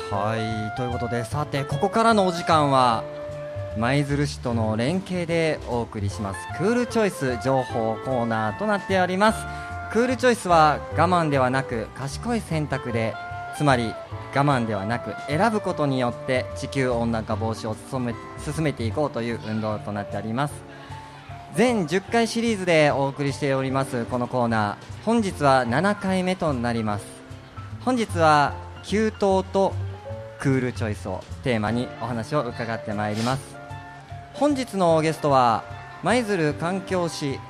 はい、ということで、さてここからのお時間は舞鶴市との連携でお送りしますクールチョイス情報コーナーとなっております。クールチョイスは我慢ではなく賢い選択で、つまり我慢ではなく選ぶことによって地球温暖化防止を進めていこうという運動となっております。全10回シリーズでお送りしておりますこのコーナー、本日は7回目となります。本日は給湯とクールチョイスをテーマにお話を伺ってまいります。本日のゲストは舞鶴環境市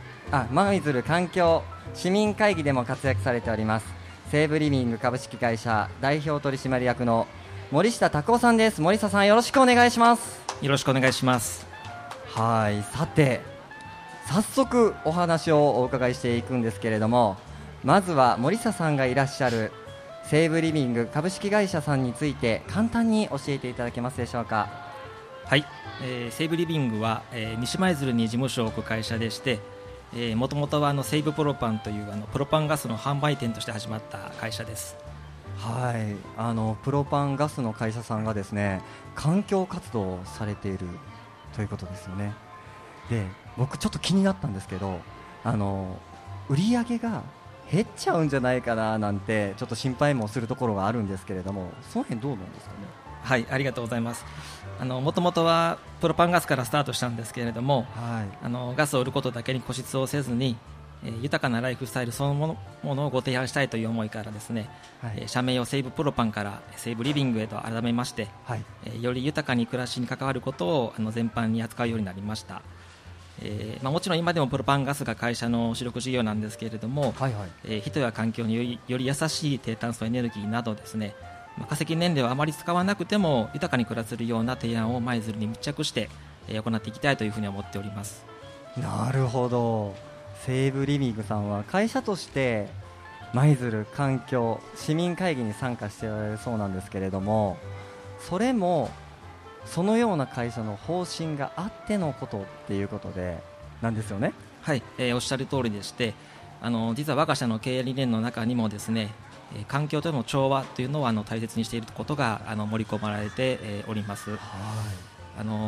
民会議でも活躍されております西武リビング株式会社代表取締役の森下拓夫さんです。森下さん、よろしくお願いします。 よろしくお願いします。 はい、さて早速お話をお伺いしていくんですけれども、まずは森下さんがいらっしゃる西武リビング株式会社さんについて簡単に教えていただけますでしょうか。 はい、西武リビングは、西舞鶴に事務所を置く会社でして、もともとは西武プロパンというプロパンガスの販売店として始まった会社です。 はい、プロパンガスの会社さんがですね、環境活動をされているということですよね。で、僕ちょっと気になったんですけど、売り上げが減っちゃうんじゃないかななんてちょっと心配もするところがあるんですけれども、その辺どうなんですかね。 はい、ありがとうございます。もともとはプロパンガスからスタートしたんですけれども、 はい、 ガスを売ることだけに固執をせずに、豊かなライフスタイルそのものをご提案したいという思いからですね、はい、社名を西武プロパンから西武リビングへと改めまして、はい、より豊かに暮らしに関わることを全般に扱うようになりました。もちろん今でもプロパンガスが会社の主力事業なんですけれども、はいはい、人や環境により優しい低炭素エネルギーなどですね、化石燃料をあまり使わなくても豊かに暮らせるような提案を舞鶴に密着して、行っていきたいというふうに思っております。 なるほど。西武リビングさんは会社として舞鶴環境市民会議に参加しておられるそうなんですけれども、それもそのような会社の方針があってのことっていうことでなんですよね。 はい、おっしゃる通りでして、実は我が社の経営理念の中にもですね、環境との調和というのを大切にしていることが盛り込まれて、おります。はい、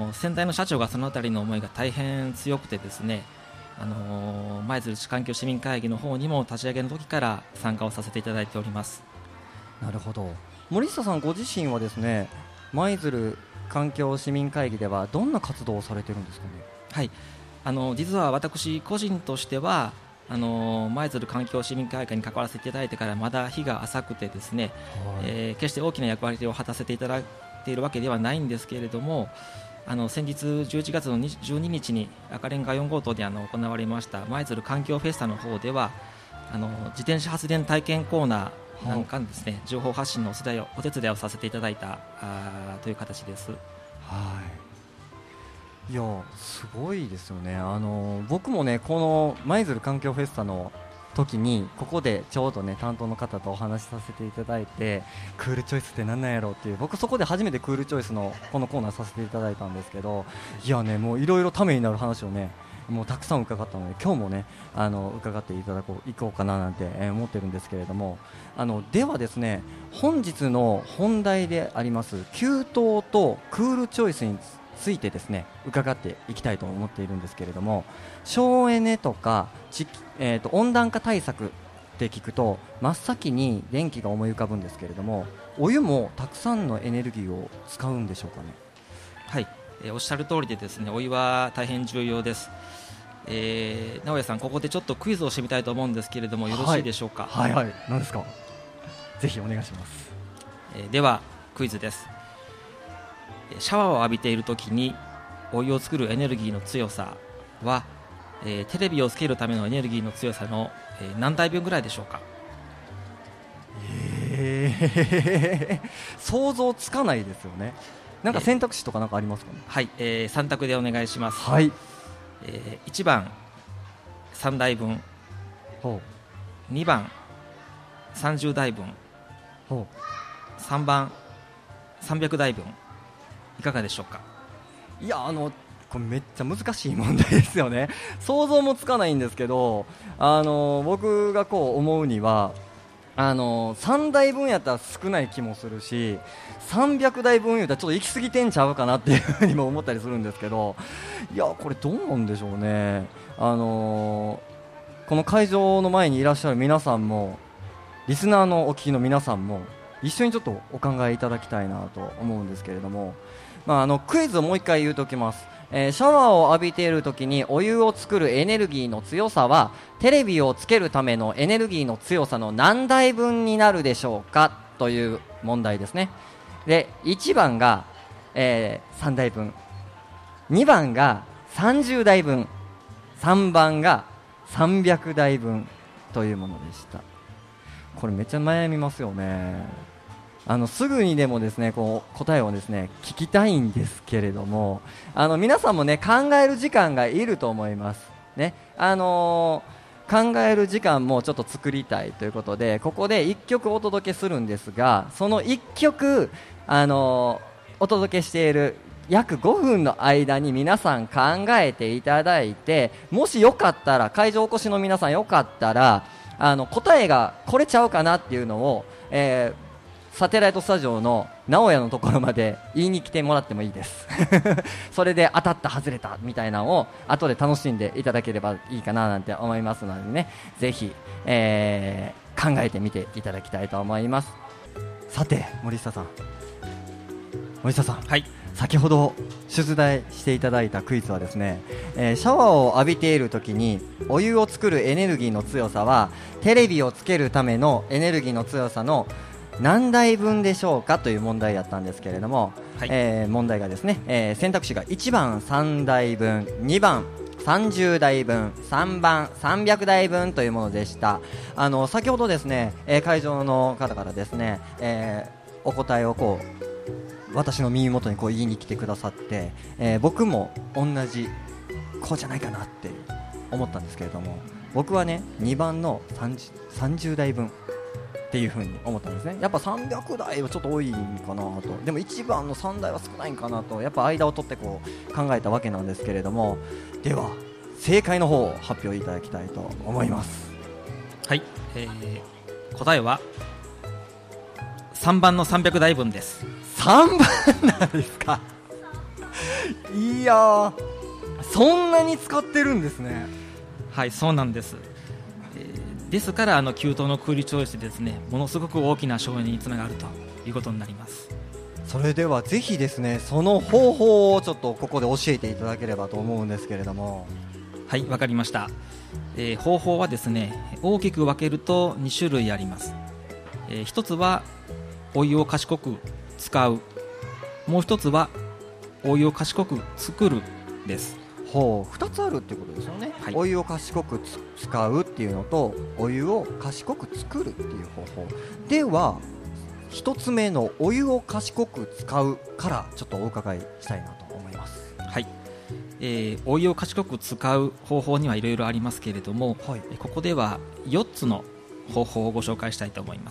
先代の社長がそのあたりの思いが大変強くてですね、舞鶴市環境市民会議の方にも立ち上げの時から参加をさせていただいております。 なるほど。森下さんご自身はですね、舞鶴環境市民会議ではどんな活動をされているんですかね。 はい、実は私個人としては舞鶴環境市民会議に関わらせていただいてからまだ日が浅くてですね、はい、決して大きな役割を果たせていただいているわけではないんですけれども、先日11月の12日に赤レンガ4号棟で行われました舞鶴環境フェスタの方では自転車発電体験コーナーなんかですね、情報発信のお手伝いをさせていただいたという形です。 はい、いやすごいですよね。僕もね、この舞鶴環境フェスタの時にここでちょうどね担当の方とお話しさせていただいて、クールチョイスって何なんやろうっていう、僕そこで初めてクールチョイスのこのコーナーさせていただいたんですけど、いやね、もういろいろためになる話をねもうたくさん伺ったので、今日もね伺っていこうかななんて思ってるんですけれども、ではですね、本日の本題であります給湯とクールチョイスについてですね伺っていきたいと思っているんですけれども、省エネとか温暖化対策って聞くと真っ先に電気が思い浮かぶんですけれども、お湯もたくさんのエネルギーを使うんでしょうかね。 はい、おっしゃる通りでですね、お湯は大変重要です。直哉さん、ここでちょっとクイズをしてみたいと思うんですけれども、よろしいでしょうか。 はいはいはい、何ですか。ぜひお願いします。 ではクイズです。シャワーを浴びているときにお湯を作るエネルギーの強さは、テレビをつけるためのエネルギーの強さの、何台分ぐらいでしょうか。 想像つかないですよね。なんか選択肢とかなんかありますかね。 はい、3択でお願いします。 はい、 1番3台分、2番30台分、3番300台分、いかがでしょうか。 いやこれめっちゃ難しい問題ですよね。想像もつかないんですけど、僕がこう思うには 3台分やったら少ない気もするし、300台分言うたらちょっと行き過ぎてんちゃうかなっていうふうにも思ったりするんですけど、いやこれどうなんでしょうね。この会場の前にいらっしゃる皆さんも、リスナーのお聞きの皆さんも一緒にちょっとお考えいただきたいなと思うんですけれども、クイズをもう一回言うときます。シャワーを浴びているときにお湯を作るエネルギーの強さはテレビをつけるためのエネルギーの強さの何台分になるでしょうかという問題ですね。で、1番が、3台分、2番が30台分、3番が300台分というものでした。これめっちゃ悩みますよね。すぐにでもですねこう答えをですね聞きたいんですけれども、皆さんもね考える時間がいると思いますね。考える時間もちょっと作りたいということで、ここで1曲お届けするんですが、その1曲お届けしている約5分の間に皆さん考えていただいて、もしよかったら会場お越しの皆さんよかったら答えがこれちゃうかなっていうのを、サテライトスタジオの直哉のところまで言いに来てもらってもいいですそれで当たった外れたみたいなのを後で楽しんでいただければいいかななんて思いますのでね、ぜひ、考えてみていただきたいと思います。さて森下さん、 はい、 先ほど出題していただいたクイズはですね、シャワーを浴びている時にお湯を作るエネルギーの強さはテレビをつけるためのエネルギーの強さの何台分でしょうかという問題だったんですけれども、はい、問題がですね、選択肢が1番3台分、2番30台分、3番300台分というものでした。先ほどですね、会場の方からですね、お答えをこう私の耳元にこう言いに来てくださって、僕も同じこうじゃないかなって思ったんですけれども、僕はね2番の30台分っていう風に思ったんですね。やっぱ300台はちょっと多いかなと、でも1番の3台は少ないんかなと、やっぱ間を取ってこう考えたわけなんですけれども、では正解の方を発表いただきたいと思います。 はい、答えは3番の300台分です。 3番なんですかいやー、そんなに使ってるんですね。 はい、そうなんです。ですから給湯のクーリチョイスでですね、ものすごく大きな省エネにつながるということになります。 それではぜひですねその方法をちょっとここで教えていただければと思うんですけれども。 はい、わかりました。方法はですね大きく分けると2種類あります。一つはお湯を賢く使う、もう一つはお湯を賢く作るです。 ほう、2つあるってことですよね、はい、お湯を賢く使うっていうのとお湯を賢く作るっていう方法では、1つ目のお湯を賢く使うからちょっとお伺いしたいなと思います。 はい、お湯を賢く使う方法にはいろいろありますけれども、はい、ここでは4つの方法をご紹介したいと思います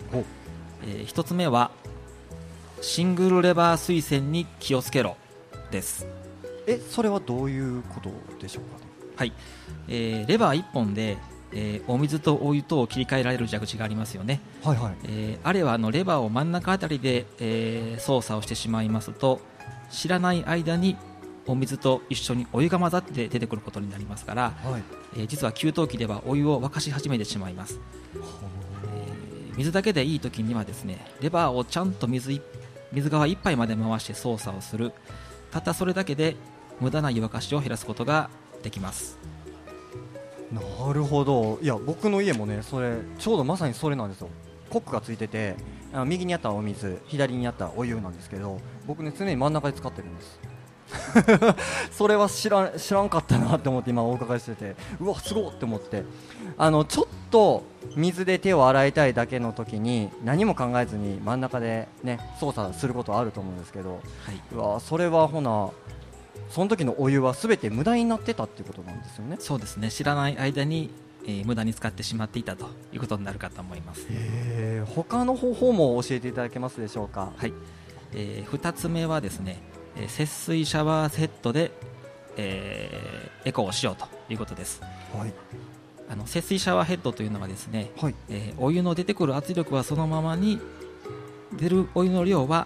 。1つ目はシングルレバー水栓に気をつけろです。 それはどういうことでしょうかね。 はい、レバー1本で、お水とお湯とを切り替えられる蛇口がありますよね。はいはい、あれはレバーを真ん中あたりで、操作をしてしまいますと、知らない間にお水と一緒にお湯が混ざって出てくることになりますから、はい、実は給湯器ではお湯を沸かし始めてしまいます。水だけでいい時にはですね、レバーをちゃんと水側1杯まで回して操作をする、たったそれだけで無駄な湯沸かしを減らすことができます。 なるほど。いや僕の家もねそれちょうどまさにそれなんですよ。コックがついてて、右にあったらお水、左にあったらお湯なんですけど、僕ね常に真ん中で使ってるんですそれは知らんかったなって思って今お伺いしてて、うわすごいって思って、ちょっと水で手を洗いたいだけの時に何も考えずに真ん中でね操作することはあると思うんですけど、はい、うわそれはほなその時のお湯は全て無駄になってたっていうことなんですよね。 そうですね、知らない間に、無駄に使ってしまっていたということになるかと思います。 他の方法も教えていただけますでしょうか。 はい、2つ目はですね、節水シャワーセットで、エコーをしようということです。はい、 節水シャワーヘッドというのはですね、 はい、 お湯の出てくる圧力はそのままに、出るお湯の量は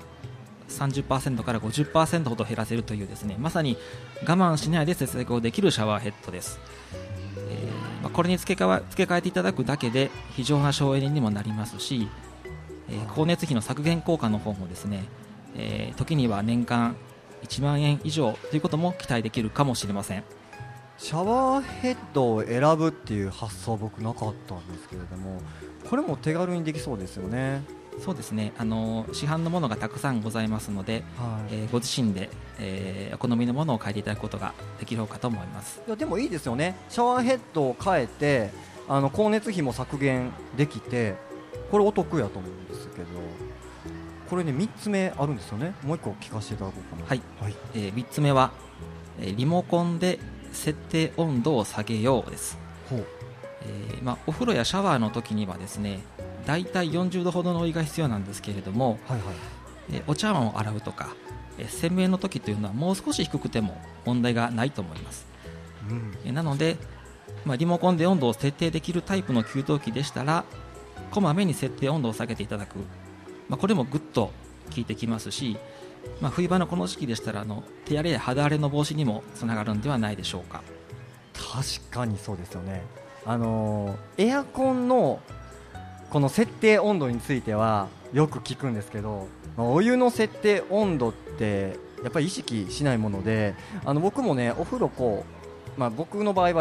30% から 50% ほど減らせるというですね、まさに我慢しないで節約をできるシャワーヘッドです。これに付け替えていただくだけで非常な省エネにもなりますし、光熱費の削減効果の方もですね、時には年間1万円以上ということも期待できるかもしれません。 シャワーヘッドを選ぶっていう発想は僕なかったんですけれども、これも手軽にできそうですよね。 そうですね、市販のものがたくさんございますので、はい、ご自身で、お好みのものを変えていただくことができるかと思います。 いやでもいいですよね。シャワーヘッドを変えて光熱費も削減できて、これお得やと思うんですけど、これね3つ目あるんですよね。もう1個聞かせていただこうかな。 はい、はい、3つ目は、リモコンで設定温度を下げようです。 ほう、 お風呂やシャワーの時にはですね、だいたい40度ほどのお湯が必要なんですけれども、はいはい、お茶碗を洗うとか洗面の時というのはもう少し低くても問題がないと思います、なので、リモコンで温度を設定できるタイプの給湯器でしたらこまめに設定温度を下げていただく、これもぐっと効いてきますし、冬場のこの時期でしたら手荒れや肌荒れの防止にもつながるんではないでしょうか。 確かにそうですよね。エアコンのこの設定温度についてはよく聞くんですけど、お湯の設定温度ってやっぱり意識しないもので、僕もねお風呂僕の場合は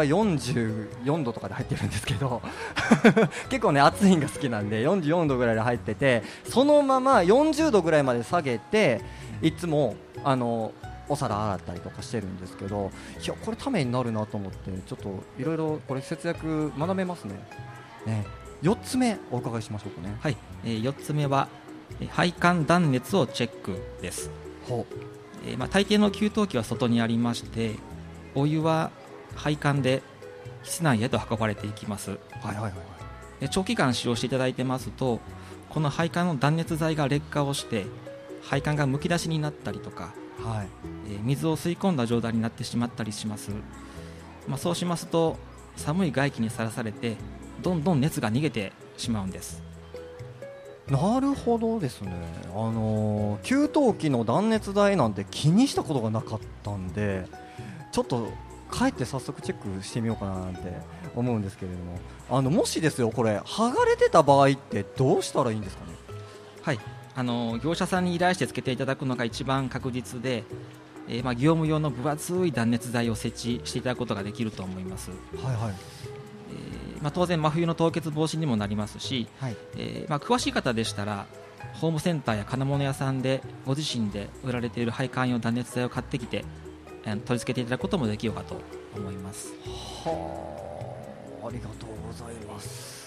44度とかで入ってるんですけど結構ね暑いんが好きなんで44度ぐらいで入ってて、そのまま40度ぐらいまで下げていつもお皿洗ったりとかしてるんですけど、いやこれためになるなと思って、ちょっといろいろこれ節約学べますね。4つ目お伺いしましょうかね。 はい、4つ目は配管断熱をチェックです。 ほう、 大抵の給湯器は外にありまして、お湯は配管で室内へと運ばれていきます。長期間使用していただいてますと、この配管の断熱材が劣化をして配管がむき出しになったりとか、水を吸い込んだ状態になってしまったりします。そうしますと寒い外気にさらされてどんどん熱が逃げてしまうんです。 なるほどですね。給湯器の断熱材なんて気にしたことがなかったんで、ちょっと帰って早速チェックしてみようかななんて思うんですけれども、もしですよこれ剥がれてた場合ってどうしたらいいんですかね。 はい、業者さんに依頼してつけていただくのが一番確実で、業務用の分厚い断熱材を設置していただくことができると思います。当然真冬の凍結防止にもなりますし、詳しい方でしたらホームセンターや金物屋さんでご自身で売られている配管用断熱材を買ってきて取り付けていただくこともできようかと思います。 はあ、ありがとうございます。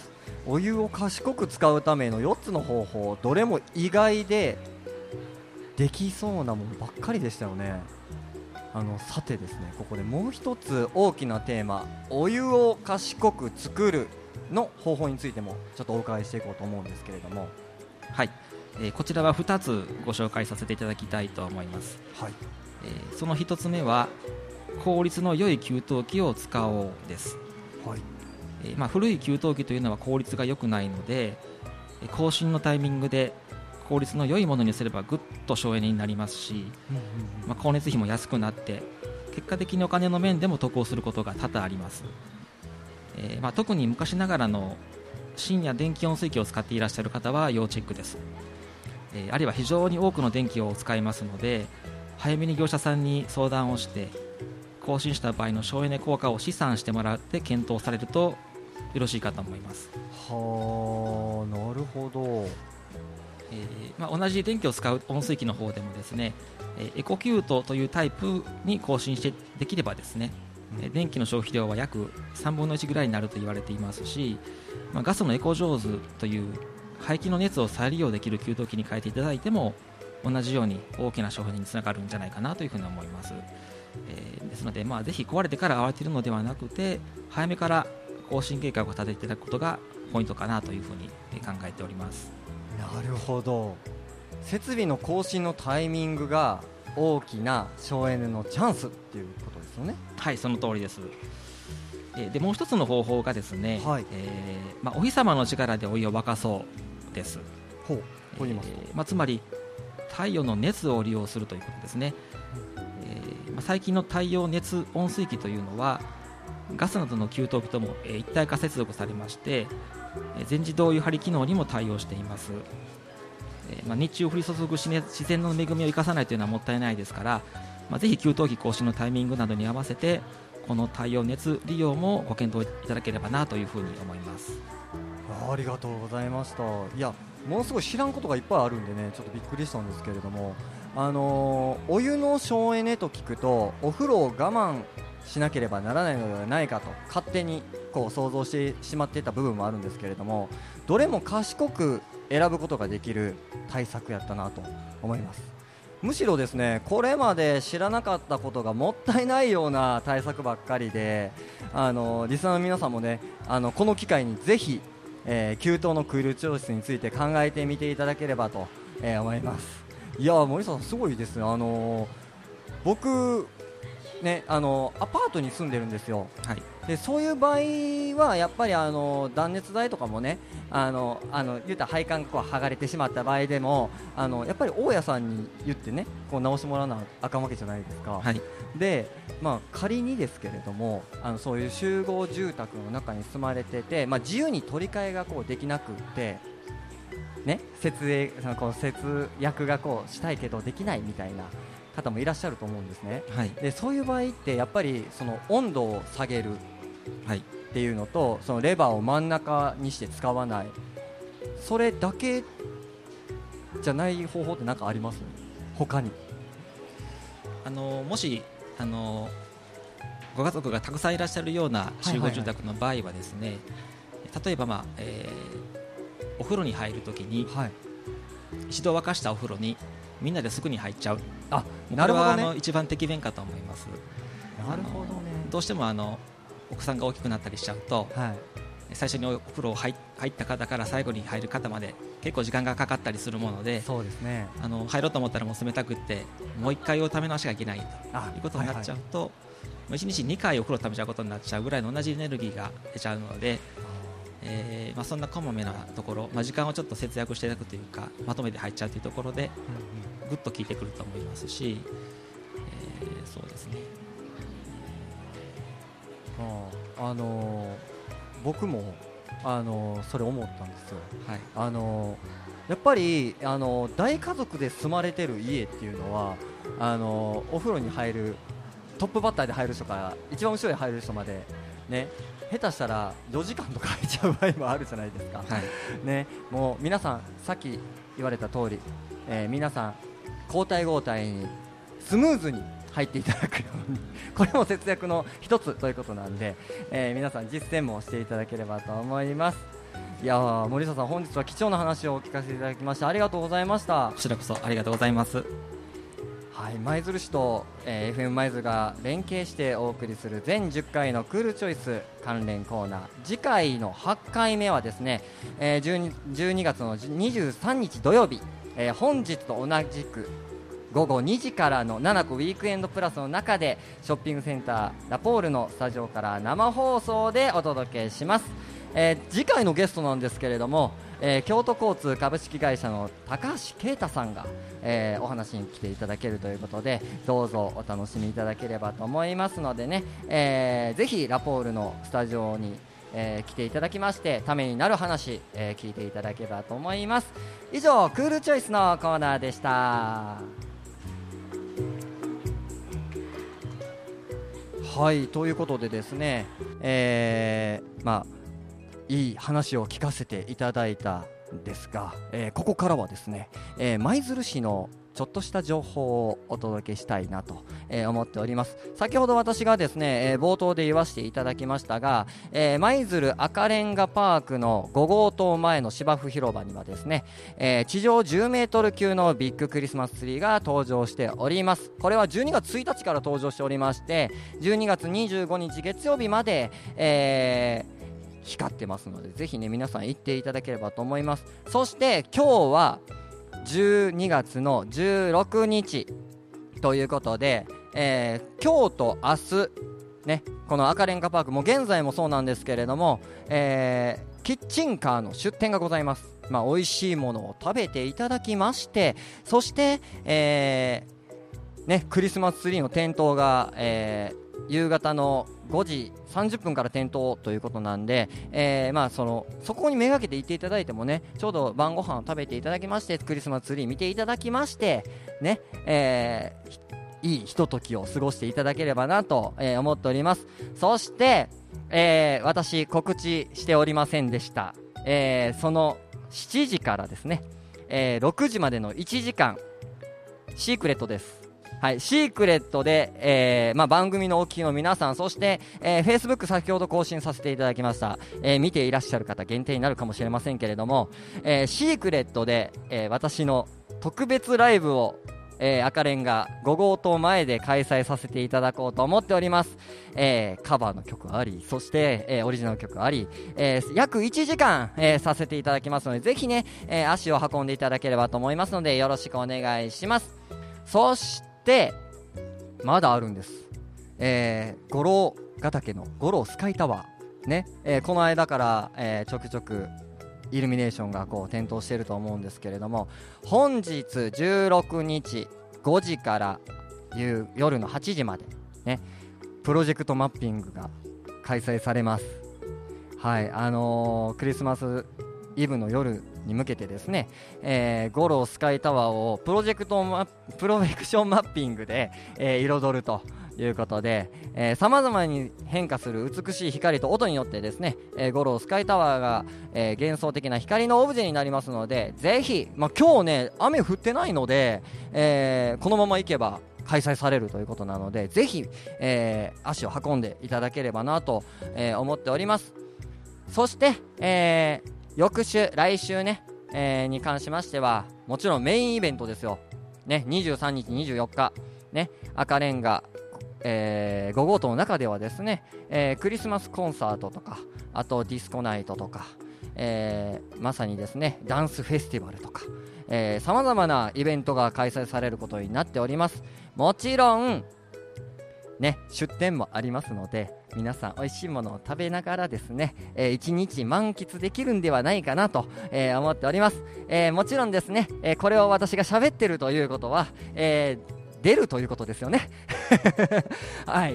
お湯を賢く使うための4つの方法、どれも意外でできそうなものばっかりでしたよね。さてですね、ここでもう一つ大きなテーマ、お湯を賢く作るの方法についてもちょっとお伺いしていこうと思うんですけれども。 はい、こちらは2つご紹介させていただきたいと思います。その1つ目は効率の良い給湯器を使おうです。古い給湯器というのは効率が良くないので、更新のタイミングで効率の良いものにすればぐっと省エネになりますし、光熱費も安くなって結果的にお金の面でも得をすることが多々あります。特に昔ながらの深夜電気温水器を使っていらっしゃる方は要チェックです。あるいは非常に多くの電気を使いますので、早めに業者さんに相談をして更新した場合の省エネ効果を試算してもらって検討されるとよろしいかと思います。 はあ、なるほど。 同じ電気を使う温水器の方でもですね、エコキュートというタイプに更新してできればですね、電気の消費量は約3分の1ぐらいになると言われていますし、ガスのエコジョーズという排気の熱を再利用できる給湯器に変えていただいても同じように大きな省エネにつながるんじゃないかなというふうに思います。ですので、ぜひ壊れてから慌てるのではなくて、早めから更新計画を立てていただくことがポイントかなというふうに考えております。 なるほど。設備の更新のタイミングが大きな省エネのチャンスっていうことですよね。 はい、その通りです。 でもう一つの方法がですね、お日様の力でお湯を沸かそうです。つまり太陽の熱を利用するということですね。最近の太陽熱温水器というのはガスなどの給湯器とも一体化接続されまして、全自動湯張り機能にも対応しています。日中降り注ぐ自然の恵みを生かさないというのはもったいないですから、ぜひ給湯器更新のタイミングなどに合わせてこの太陽熱利用もご検討いただければなというふうに思います。 ありがとうございました。いや、ものすごい知らんことがいっぱいあるんでね、ちょっとびっくりしたんですけれども、お湯の省エネと聞くとお風呂を我慢しなければならないのではないかと勝手にこう想像してしまっていた部分もあるんですけれども、どれも賢く選ぶことができる対策やったなと思います。むしろですね、これまで知らなかったことがもったいないような対策ばっかりで、リスナーの皆さんもね、この機会にぜひ、給湯のクールチョイスについて考えてみていただければと、思います。いや、森下さんすごいですね。僕ね、アパートに住んでるんですよ。でそういう場合はやっぱり断熱材とかもね、言ったら配管がこう剥がれてしまった場合でもやっぱり大家さんに言ってね、こう直してもらわなあかんわけじゃないですか。で、仮にですけれどもそういう集合住宅の中に住まれてて、自由に取り替えがこうできなくてね、節約がこうしたいけどできないみたいな方もいらっしゃると思うんですね。でそういう場合ってやっぱりその温度を下げるっていうのと、そのレバーを真ん中にして使わない、それだけじゃない方法って何かあります？他にもしご家族がたくさんいらっしゃるような集合住宅の場合はですね、例えば、お風呂に入るときに、一度沸かしたお風呂にみんなですぐに入っちゃう。 なるほどね。 これは一番適便かと思います。 なるほどね。 どうしても奥さんが大きくなったりしちゃうと、最初にお風呂入った方から最後に入る方まで結構時間がかかったりするもので、 そうですね、 入ろうと思ったらもう冷たくってもう1回おため直しがいけないということになっちゃうと、1日2回お風呂食べちゃうことになっちゃうぐらいの同じエネルギーが出ちゃうので、そんなこまめなところ、時間をちょっと節約していただくというか、まとめて入っちゃうというところでぐっと効いてくると思いますし、そうですね。 僕もそれ思ったんですよ。やっぱり大家族で住まれてる家っていうのはお風呂に入るトップバッターで入る人から一番後ろに入る人までね、下手したら4時間とか入っちゃう場合もあるじゃないですか。もう皆さんさっき言われた通り、皆さん交代交代にスムーズに入っていただくようにこれも節約の一つということなんで、皆さん実践もしていただければと思います。いやー、森下さん、本日は貴重な話をお聞かせいただきましてありがとうございました。 こちらこそありがとうございます。 舞鶴市と、FM 舞鶴が連携してお送りする全10回のクールチョイス関連コーナー、次回の8回目はですね、12月の23日土曜日、本日と同じく午後2時からの7区ウィークエンドプラスの中でショッピングセンターラポールのスタジオから生放送でお届けします。次回のゲストなんですけれども、京都交通株式会社の高橋啓太さんが、お話に来ていただけるということで、どうぞお楽しみいただければと思いますのでね、ぜひラポールのスタジオに、来ていただきましてためになる話、聞いていただければと思います。以上、クールチョイスのコーナーでした。ということでですね、いい話を聞かせていただいたんですが、ここからはですね、舞鶴市のちょっとした情報をお届けしたいなと、思っております。先ほど私がですね、冒頭で言わせていただきましたが、舞鶴赤レンガパークの5号棟前の芝生広場にはですね、地上10メートル級のビッグクリスマスツリーが登場しております。これは12月1日から登場しておりまして、12月25日月曜日まで、光ってますので、ぜひね皆さん行っていただければと思います。そして今日は12月の16日ということで、今日と明日ね、この赤レンガパークも現在もそうなんですけれども、キッチンカーの出店がございます。美味しいものを食べていただきまして、そして、クリスマスツリーの点灯が、夕方の5時30分から点灯ということなんで、そこにめがけて行っていただいてもね、ちょうど晩ご飯を食べていただきまして、クリスマスツリー見ていただきましてね、いいひとときを過ごしていただければなと、思っております。そして、私告知しておりませんでした、その7時からですね、6時までの1時間シークレットです。はい、シークレットで、番組のお聞きの皆さん、そして、Facebook 先ほど更新させていただきました、見ていらっしゃる方限定になるかもしれませんけれども、シークレットで、私の特別ライブを赤レンガ5号棟前で開催させていただこうと思っております。カバーの曲あり、そして、オリジナル曲あり、約1時間、させていただきますので、ぜひね、足を運んでいただければと思いますので、よろしくお願いします。そしてまだあるんです。五郎ヶ岳の五郎スカイタワーね、この間から、ちょくちょくイルミネーションがこう点灯していると思うんですけれども、本日16日5時から夜の8時までね、プロジェクトマッピングが開催されます。はい、クリスマスイブの夜に向けてですね、ゴロスカイタワーをプロジェクションマッピングで、彩るということで、様々に変化する美しい光と音によってですね、ゴロスカイタワーが、幻想的な光のオブジェになりますので、ぜひ、今日ね雨降ってないので、このまま行けば開催されるということなので、ぜひ、足を運んでいただければなと、思っております。そして、翌週来週ね、に関しましてはもちろんメインイベントですよ、ね、23日24日ね、赤レンガ、5号棟の中ではですね、クリスマスコンサートとか、あとディスコナイトとか、まさにですねダンスフェスティバルとか、様々なイベントが開催されることになっております。もちろんね、出店もありますので、皆さん美味しいものを食べながらですね、一日満喫できるんではないかなと、思っております。もちろんですね、これを私が喋ってるということは、出るということですよね。はい、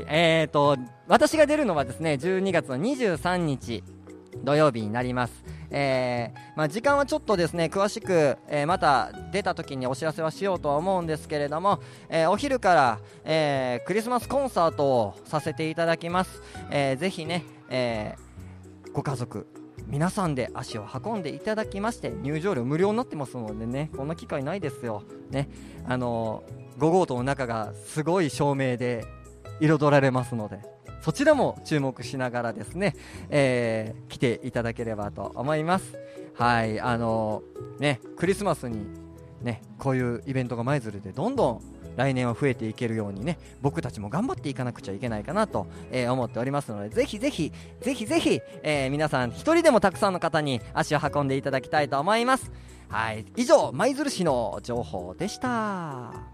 私が出るのはですね12月の23日土曜日になります。時間はちょっとですね詳しく、また出た時にお知らせはしようとは思うんですけれども、お昼から、クリスマスコンサートをさせていただきます。ぜひね、ご家族皆さんで足を運んでいただきまして、入場料無料になってますのでね、こんな機会ないですよね。5号棟の中がすごい照明で彩られますので、そちらも注目しながらですね、来ていただければと思います。はい、クリスマスにねこういうイベントが舞鶴でどんどん来年は増えていけるようにね、僕たちも頑張っていかなくちゃいけないかなと、思っておりますので、ぜひぜひ皆さん一人でもたくさんの方に足を運んでいただきたいと思います。はい、以上舞鶴市の情報でした。